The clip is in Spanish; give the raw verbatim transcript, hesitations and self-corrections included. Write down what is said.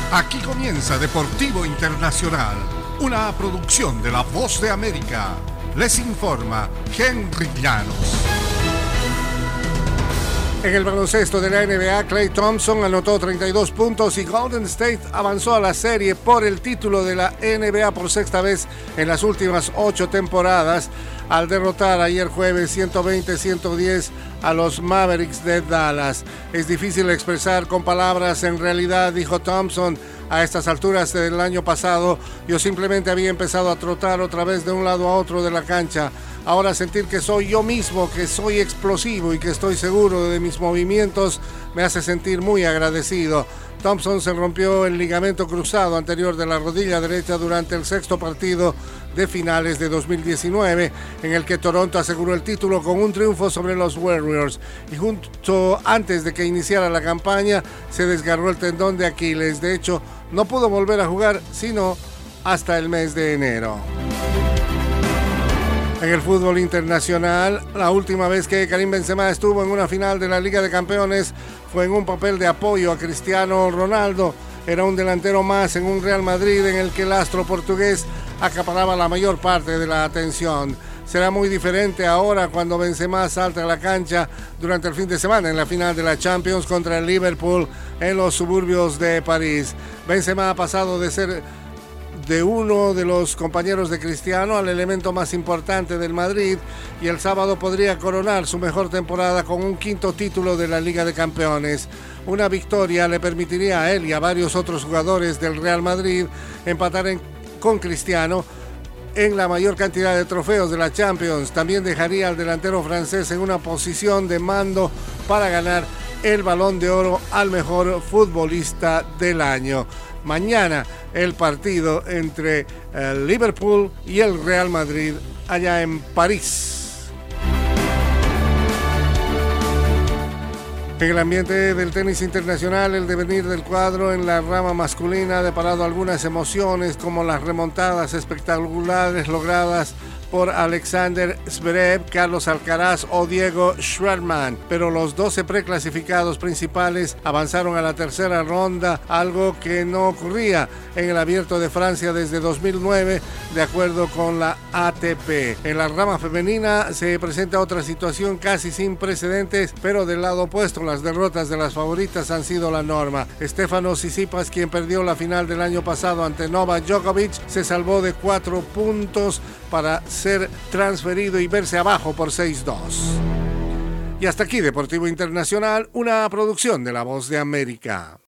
Aquí comienza Deportivo Internacional, una producción de La Voz de América. Les informa Henry Llanos. En el baloncesto de la N B A, Klay Thompson anotó treinta y dos puntos y Golden State avanzó a la serie por el título de la N B A por sexta vez en las últimas ocho temporadas, al derrotar ayer jueves ciento veinte a ciento diez a los Mavericks de Dallas. Es difícil expresar con palabras, en realidad, dijo Thompson. A estas alturas del año pasado, yo simplemente había empezado a trotar otra vez de un lado a otro de la cancha. Ahora sentir que soy yo mismo, que soy explosivo y que estoy seguro de mis movimientos, me hace sentir muy agradecido. Thompson se rompió el ligamento cruzado anterior de la rodilla derecha durante el sexto partido de finales de dos mil diecinueve, en el que Toronto aseguró el título con un triunfo sobre los Warriors, y justo antes de que iniciara la campaña se desgarró el tendón de Aquiles. De hecho, no pudo volver a jugar sino hasta el mes de enero. En el fútbol internacional, la última vez que Karim Benzema estuvo en una final de la Liga de Campeones fue en un papel de apoyo a Cristiano Ronaldo. Era un delantero más en un Real Madrid en el que el astro portugués acaparaba la mayor parte de la atención. Será muy diferente ahora cuando Benzema salta a la cancha durante el fin de semana en la final de la Champions contra el Liverpool en los suburbios de París. Benzema ha pasado de ser de uno de los compañeros de Cristiano al elemento más importante del Madrid, y el sábado podría coronar su mejor temporada con un quinto título de la Liga de Campeones. Una victoria le permitiría a él y a varios otros jugadores del Real Madrid empatar en, con Cristiano en la mayor cantidad de trofeos de la Champions. También dejaría al delantero francés en una posición de mando para ganar el Balón de Oro al mejor futbolista del año. Mañana el partido entre el Liverpool y el Real Madrid allá en París. En el ambiente del tenis internacional, el devenir del cuadro en la rama masculina ha deparado algunas emociones, como las remontadas espectaculares logradas por Alexander Zverev, Carlos Alcaraz o Diego Schwartzman, pero los doce preclasificados principales avanzaron a la tercera ronda, algo que no ocurría en el Abierto de Francia desde dos mil nueve, de acuerdo con la A T P. En la rama femenina se presenta otra situación casi sin precedentes, pero del lado opuesto, las derrotas de las favoritas han sido la norma. Stefanos Tsitsipas, quien perdió la final del año pasado ante Novak Djokovic, se salvó de cuatro puntos para ser transferido y verse abajo por seis dos. Y hasta aquí Deportivo Internacional, una producción de La Voz de América.